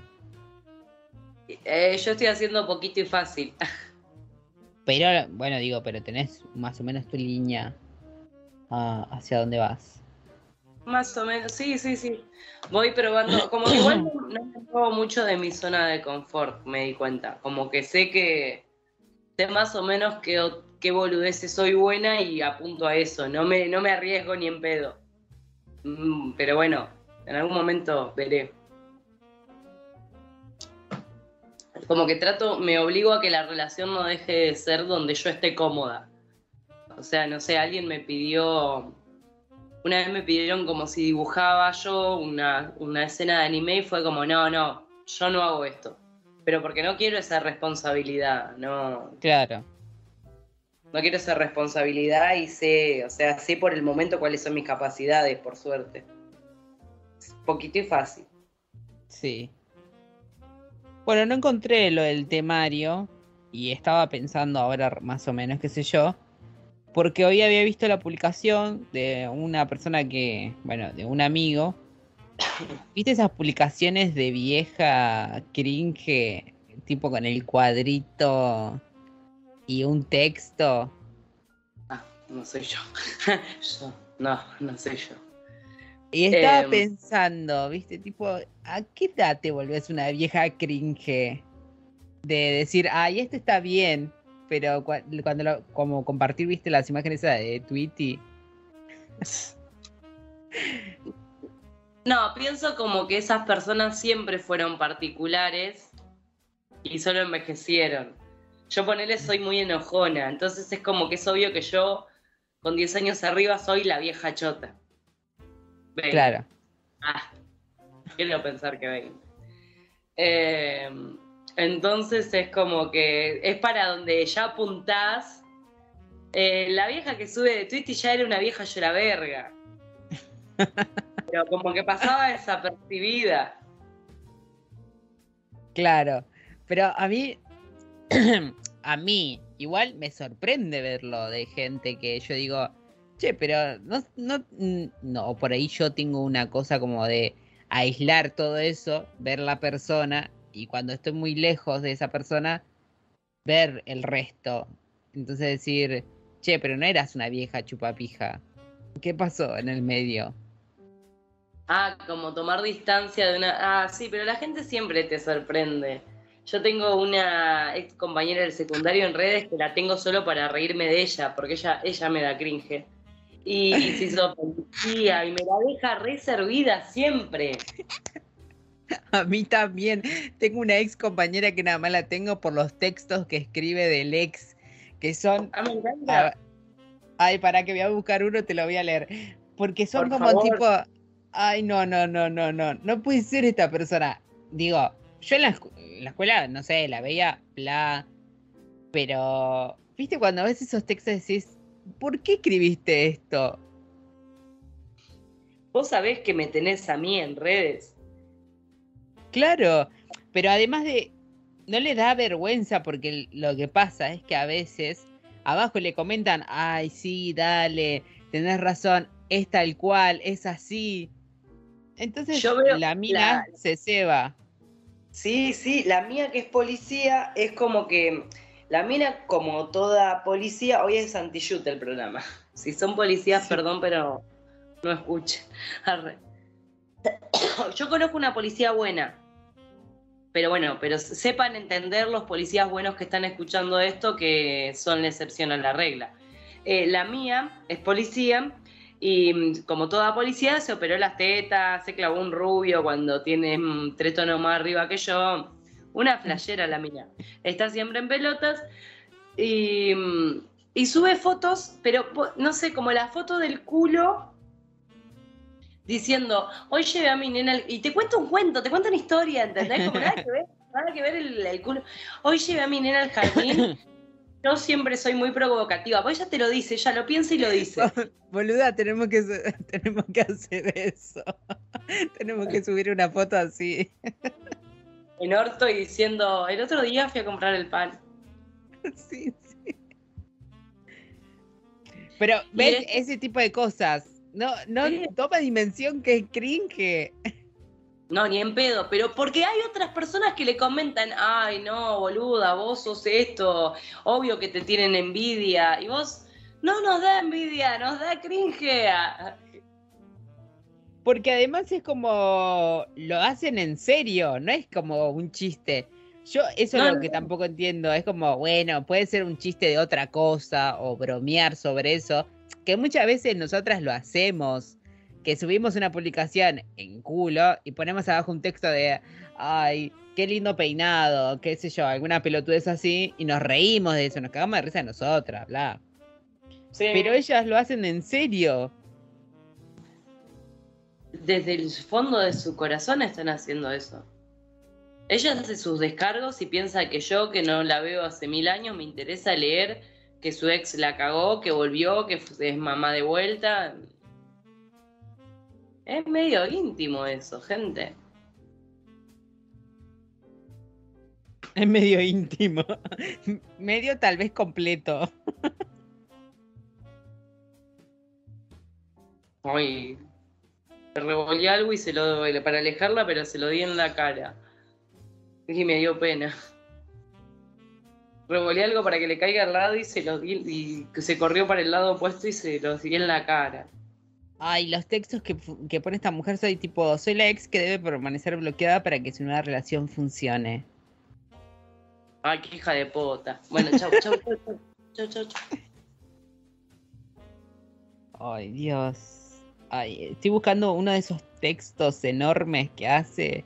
Yo estoy haciendo poquito y fácil. Pero, bueno, pero tenés más o menos tu línea hacia dónde vas. Más o menos, sí. Voy probando, como que igual no me muevo mucho de mi zona de confort, me di cuenta. Como que sé más o menos qué boludeces soy buena y apunto a eso. No me arriesgo ni en pedo. Pero bueno, en algún momento veré. Como que me obligo a que la relación no deje de ser donde yo esté cómoda. O sea, no sé, una vez me pidieron como si dibujaba yo una escena de anime y fue como, no, yo no hago esto. Pero porque no quiero esa responsabilidad, no. Claro. No quiero esa responsabilidad y sé por el momento cuáles son mis capacidades, por suerte. Es poquito y fácil. Sí. Bueno, no encontré lo del temario y estaba pensando ahora más o menos, qué sé yo. Porque hoy había visto la publicación de una persona de un amigo. ¿Viste esas publicaciones de vieja cringe? Tipo con el cuadrito y un texto. No soy yo. No soy yo. Y estaba pensando, ¿viste? Tipo, ¿a qué edad te volvés una vieja cringe? De decir, ay, esto está bien. Pero cuando como compartir, viste, las imágenes de Tweety. No, pienso como que esas personas siempre fueron particulares y solo envejecieron. Yo soy muy enojona, entonces es como que es obvio que yo con 10 años arriba soy la vieja chota. 20. Claro. Quiero pensar que 20. Entonces es como que es para donde ya apuntás. La vieja que sube de Twitter ya era una vieja lloraverga. Pero como que pasaba desapercibida. Claro, pero a mí igual me sorprende verlo de gente que yo digo, che, pero no, por ahí yo tengo una cosa como de aislar todo eso, ver la persona y cuando estoy muy lejos de esa persona, ver el resto. Entonces decir, che, pero no eras una vieja chupapija. ¿Qué pasó en el medio? Como tomar distancia de una... sí, pero la gente siempre te sorprende. Yo tengo una ex compañera del secundario en redes que la tengo solo para reírme de ella, porque ella me da cringe. Y se hizo policía y me la deja re servida siempre. A mí también. Tengo una ex compañera que nada más la tengo por los textos que escribe del ex, que son... Me encanta. Ay, para que voy a buscar uno, te lo voy a leer. Porque son Por como favor. tipo... Ay, no puede ser esta persona. Digo, yo en la escuela, no sé, la veía, bla... Pero, ¿viste cuando ves esos textos decís, ¿por qué escribiste esto? Vos sabés que me tenés a mí en redes. Claro, pero además de, no le da vergüenza porque lo que pasa es que a veces abajo le comentan, ay, sí, dale, tenés razón, es tal cual, es así. Entonces Yo veo la mina se ceba. Sí, la mía que es policía es como que la mina, como toda policía, hoy es anti-shoot el programa. Si son policías, Sí. perdón, pero no escuchen. Arre. Yo conozco una policía buena, pero bueno, pero sepan entender los policías buenos que están escuchando esto, que son la excepción a la regla. La mía es policía y como toda policía se operó las tetas, se clavó un rubio cuando tiene 3 tonos más arriba que yo. Una flashera la mía. Está siempre en pelotas y sube fotos, pero no sé, como la foto del culo diciendo, hoy llevé a mi nena, y te cuento un cuento, te cuento una historia, ¿entendés? Como nada que ver el culo. Hoy llevé a mi nena al jardín. Yo siempre soy muy provocativa, pues ella te lo dice, ella lo piensa y lo dice. Boluda, tenemos que hacer eso. Tenemos que subir una foto así. En orto y diciendo, el otro día fui a comprar el pan. Sí. Pero, ¿ves? Ese tipo de cosas. No Sí. toma dimensión que es cringe. No, ni en pedo, pero porque hay otras personas que le comentan, ay, no, boluda, vos sos esto, obvio que te tienen envidia, y vos, no nos da envidia, nos da cringe. Porque además es como, lo hacen en serio, no es como un chiste. Yo eso es lo que tampoco entiendo, es como, bueno, puede ser un chiste de otra cosa o bromear sobre eso, que muchas veces nosotras lo hacemos, que subimos una publicación en culo y ponemos abajo un texto de, ay, qué lindo peinado, qué sé yo, alguna pelotudez así, y nos reímos de eso, nos cagamos de risa nosotras, bla. Sí. Pero ellas lo hacen en serio. Desde el fondo de su corazón están haciendo eso. Ella hace sus descargos y piensa que yo, que no la veo hace 1000 años, me interesa leer que su ex la cagó, que volvió, que es mamá de vuelta. Es medio íntimo eso, gente. Es medio íntimo. Medio tal vez completo. Ay, le revolví algo y se lo para alejarla, pero se lo di en la cara. Y me dio pena. Revolví algo para que le caiga al lado y se lo di, y se corrió para el lado opuesto y se lo di en la cara. Ay, los textos que pone esta mujer soy tipo, soy la ex que debe permanecer bloqueada para que su nueva relación funcione. Ay, qué hija de puta. Bueno, chau. Ay, Dios. Ay, estoy buscando uno de esos textos enormes que hace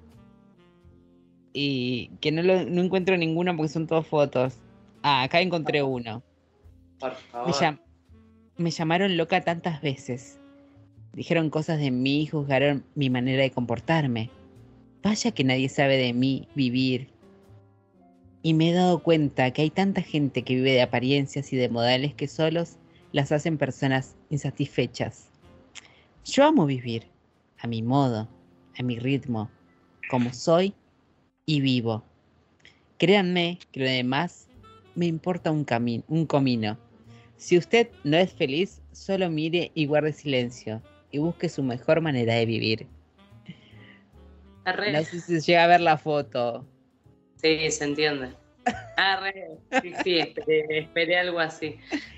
y que no encuentro ninguno porque son todas fotos. Ah, acá encontré uno. Por favor. Me llamaron loca tantas veces. Dijeron cosas de mí y juzgaron mi manera de comportarme. Vaya que nadie sabe de mí vivir. Y me he dado cuenta que hay tanta gente que vive de apariencias y de modales que solos las hacen personas insatisfechas. Yo amo vivir, a mi modo, a mi ritmo, como soy y vivo. Créanme que lo demás me importa un comino. Si usted no es feliz, solo mire y guarde silencio y busque su mejor manera de vivir. Arre. No sé si se llega a ver la foto. Sí, se entiende. Arre. Sí, esperé algo así.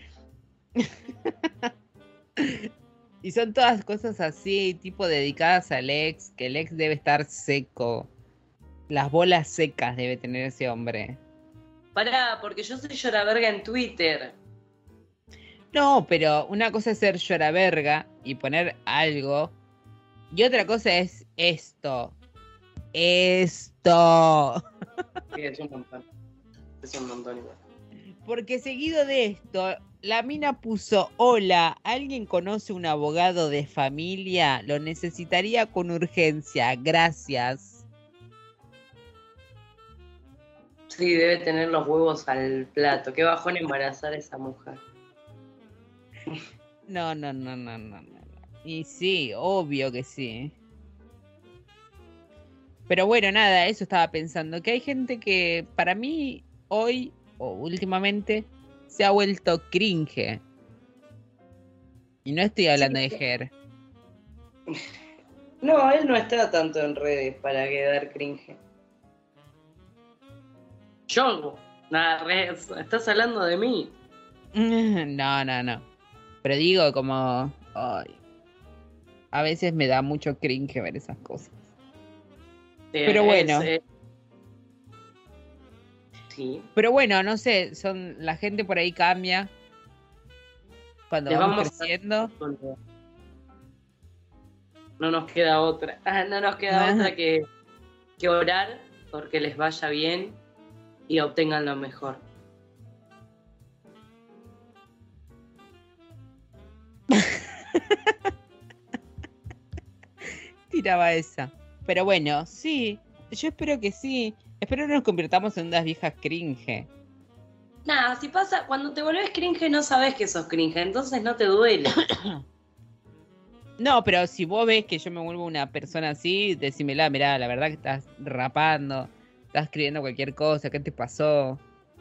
Y son todas cosas así, tipo dedicadas al ex, que el ex debe estar seco. Las bolas secas debe tener ese hombre. Pará, porque yo soy lloraverga en Twitter. No, pero una cosa es ser lloraverga y poner algo. Y otra cosa es esto. esto. Sí, es un montón. Es un montón igual. Porque seguido de esto, la mina puso: hola, ¿alguien conoce un abogado de familia? Lo necesitaría con urgencia, gracias. Sí, debe tener los huevos al plato. Qué bajón embarazar a esa mujer. No. Y sí, obvio que sí. Pero bueno, nada, eso estaba pensando. Que hay gente que para mí hoy o últimamente se ha vuelto cringe. Y no estoy hablando de Ger. No, él no está tanto en redes para quedar cringe. Yo, nada, estás hablando de mí. No. Pero digo como... ay, a veces me da mucho cringe ver esas cosas. Pero bueno. Sí. Pero bueno, no sé, la gente por ahí cambia cuando vamos creciendo. No nos queda otra. No nos queda otra que orar porque les vaya bien y obtengan lo mejor. Tiraba esa. Pero bueno, sí, yo espero que sí. Espero no nos convirtamos en unas viejas cringe. Nada, si pasa, cuando te volvés cringe no sabes que sos cringe, entonces no te duele. No, pero si vos ves que yo me vuelvo una persona así, decímela, mirá, la verdad que estás rapando, estás escribiendo cualquier cosa, ¿qué te pasó?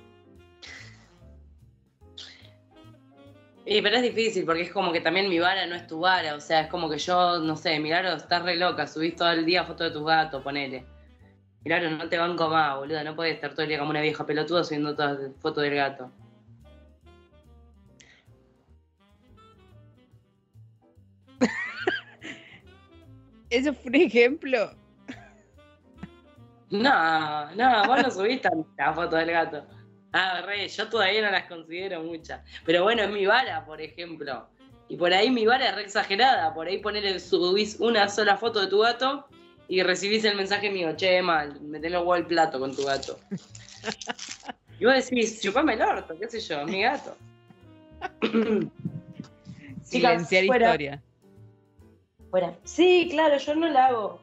Pero es difícil porque es como que también mi vara no es tu vara, o sea, es como que yo, no sé, Milagro, estás re loca, subís todo el día fotos de tus gatos, ponele. Milagro, no te banco más, boluda, no podés estar todo el día como una vieja pelotuda subiendo todas las fotos del gato. ¿Eso fue un ejemplo? No, vos no subís tantas fotos del gato. Yo todavía no las considero muchas. Pero bueno, es mi vara, por ejemplo. Y por ahí mi vara es re exagerada. Por ahí subís una sola foto de tu gato y recibís el mensaje mío: che, mal, metés los huevos al plato con tu gato. Y vos decís: chupame el orto, qué sé yo, mi gato. Silenciar historia. Fuera. Sí, claro, yo no la hago.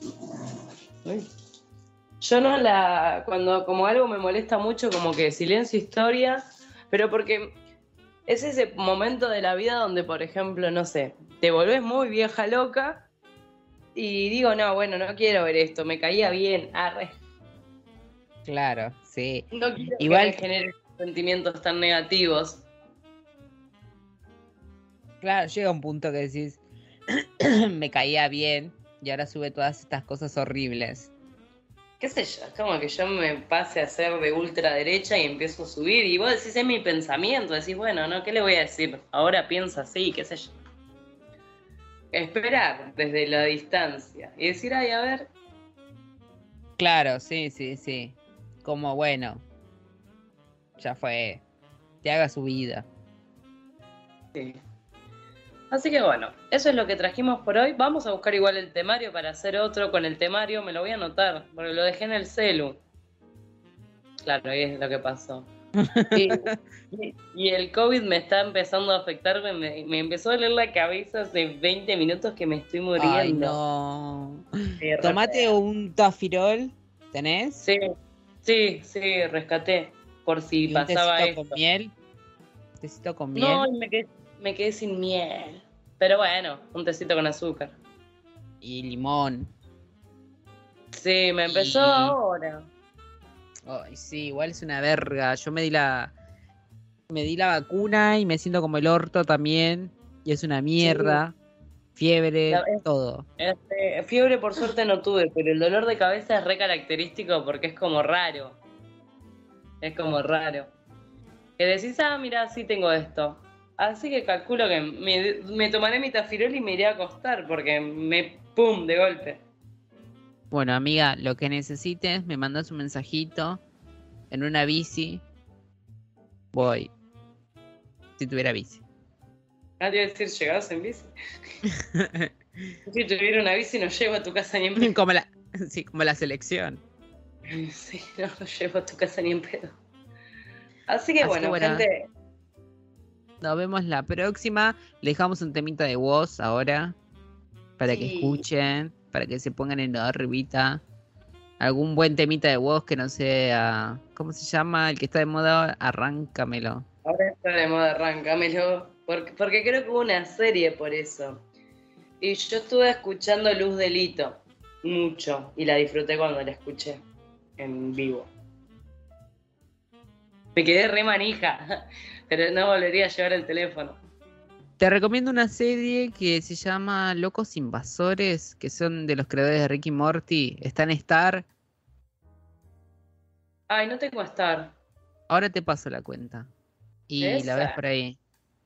Yo no la... Cuando como algo me molesta mucho, como que silencio historia, pero porque es ese momento de la vida donde, por ejemplo, no sé, te volvés muy vieja loca y digo, no, bueno, no quiero ver esto, me caía bien, arre. Claro, sí. No quiero Igual que me genere sentimientos tan negativos. Claro, llega un punto que decís, me caía bien y ahora sube todas estas cosas horribles. Qué sé yo, es como que yo me pase a ser de ultraderecha y empiezo a subir y vos decís, es mi pensamiento, decís, bueno, ¿no? ¿Qué le voy a decir? Ahora piensa así, qué sé yo. Esperar desde la distancia y decir, ay, a ver. Claro, sí. Como, bueno, ya fue, te haga su vida. Sí. Así que bueno, eso es lo que trajimos por hoy. Vamos a buscar igual el temario para hacer otro con el temario. Me lo voy a anotar, porque lo dejé en el celu. Claro, ahí es lo que pasó. Y el COVID me está empezando a afectar. Me empezó a doler la cabeza hace 20 minutos que me estoy muriendo. Ay, no. Sí, Tomate un tafirol, ¿tenés? Sí, rescaté. Por si ¿Y pasaba un tecito esto. con miel? ¿Tecito con miel? No, me quedé sin miel. Pero bueno, un tecito con azúcar. Y limón. Sí, me empezó ahora. Ay, sí, igual es una verga. Yo me di la vacuna y me siento como el orto también. Y es una mierda. Sí. Fiebre, todo. Fiebre por suerte no tuve, pero el dolor de cabeza es re característico porque es como raro. Es como raro. Que decís, mira, sí tengo esto. Así que calculo que me tomaré mi tafirol y me iré a acostar porque ¡pum! De golpe. Bueno, amiga, lo que necesites, me mandas un mensajito en una bici. Voy. Si tuviera bici. Te iba a decir, ¿llegabas en bici? Si tuviera una bici no llego a tu casa ni en bici. Como Sí, como la selección. Sí, no lo llevo a tu casa ni en pedo. Así que bueno, gente. Nos vemos la próxima. Le dejamos un temita de voz ahora. Para que escuchen. Para que se pongan en órbita. Algún buen temita de voz que no sea... ¿Cómo se llama? El que está de moda ahora. Arráncamelo. Ahora está de moda, arráncamelo. Porque creo que hubo una serie por eso. Y yo estuve escuchando Luz Delito. Mucho. Y la disfruté cuando la escuché en vivo. Me quedé re manija. Pero no volvería a llevar el teléfono. Te recomiendo una serie que se llama Locos Invasores, que son de los creadores de Rick y Morty. Está en Star. Ay, no tengo Star. Ahora te paso la cuenta. Y la ves por ahí.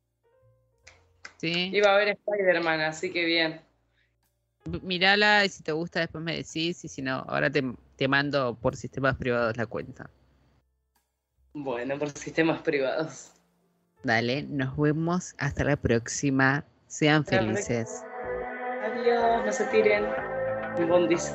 ¿Sí? Iba a ver Spider-Man, así que bien. Mírala y si te gusta después me decís. Y si no, ahora te mando por sistemas privados la cuenta. Bueno, por sistemas privados. Dale, nos vemos hasta la próxima. Sean felices. Adiós, no se tiren. Bondis.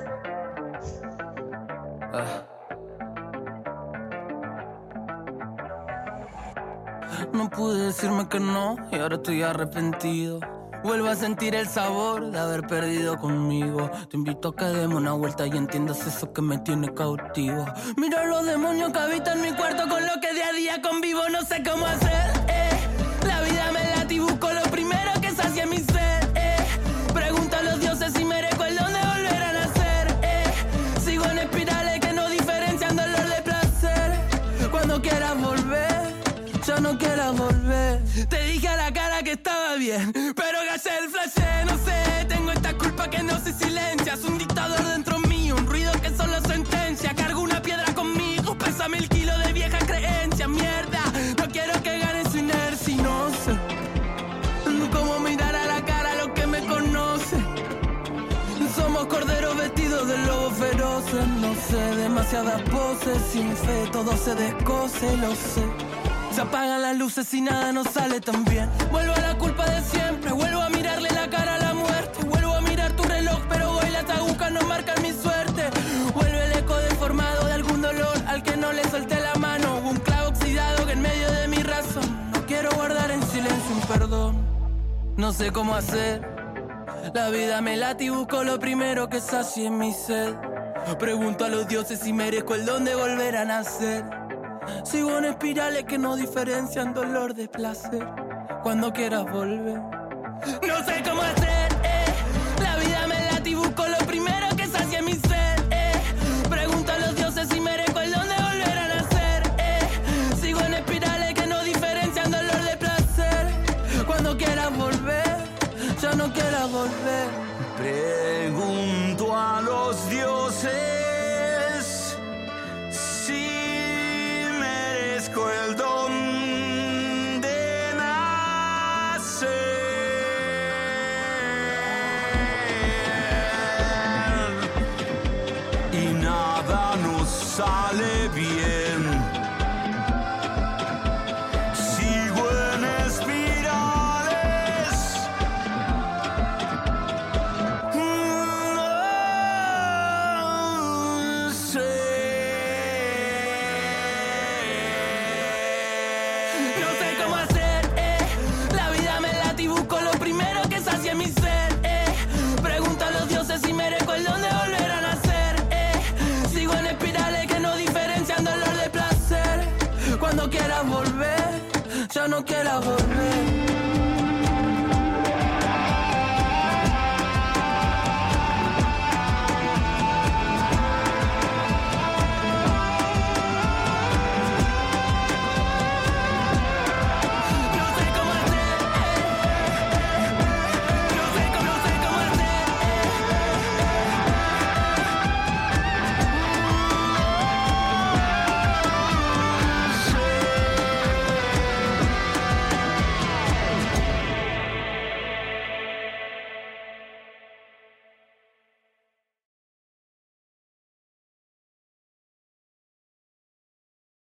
No pude decirme que no y ahora estoy arrepentido. Vuelvo a sentir el sabor de haber perdido conmigo. Te invito a que demos una vuelta y entiendas eso que me tiene cautivo. Mira los demonios que habitan mi cuarto con lo que día a día convivo. No sé cómo hacer, La vida me late y busco lo primero que sacie mi sed, Pregunto a los dioses si merezco el don de volver a nacer, Sigo en espirales que no diferencian dolor de placer. Cuando quieras volver, ya no quieras volver. Te dije a la cara que estaba bien, pero gasté el flash, no sé. Tengo esta culpa que no se silencia. Es un dictador dentro mío, un ruido que solo sentencia. Cargo una piedra conmigo, pesa 1000 kilos de vieja creencia. Mierda, no quiero que gane su inercia y no sé cómo mirar a la cara a los que me conocen. Somos corderos vestidos de lobos feroces. No sé, demasiadas poses, sin fe todo se descoce, lo sé. Se apagan las luces y nada nos sale tan bien. Vuelvo a la culpa de siempre, vuelvo a mirarle la cara a la muerte. Vuelvo a mirar tu reloj, pero hoy las agujas no marcan mi suerte. Vuelve el eco deformado de algún dolor al que no le solté la mano. Un clavo oxidado que en medio de mi razón. No quiero guardar en silencio un perdón. No sé cómo hacer. La vida me late y busco lo primero que sacie mi sed. Pregunto a los dioses si merezco el don de volver a nacer. Sigo en espirales que no diferencian dolor de placer. Cuando quieras volver, no sé cómo hacer, La vida me late y busco lo primero que sacie mi sed, Pregunto a los dioses si merezco el don de volver a nacer, Sigo en espirales que no diferencian dolor de placer. Cuando quieras volver, ya no quieras volver. Pregunto a los dioses el don de nacer y nada nos sale bien.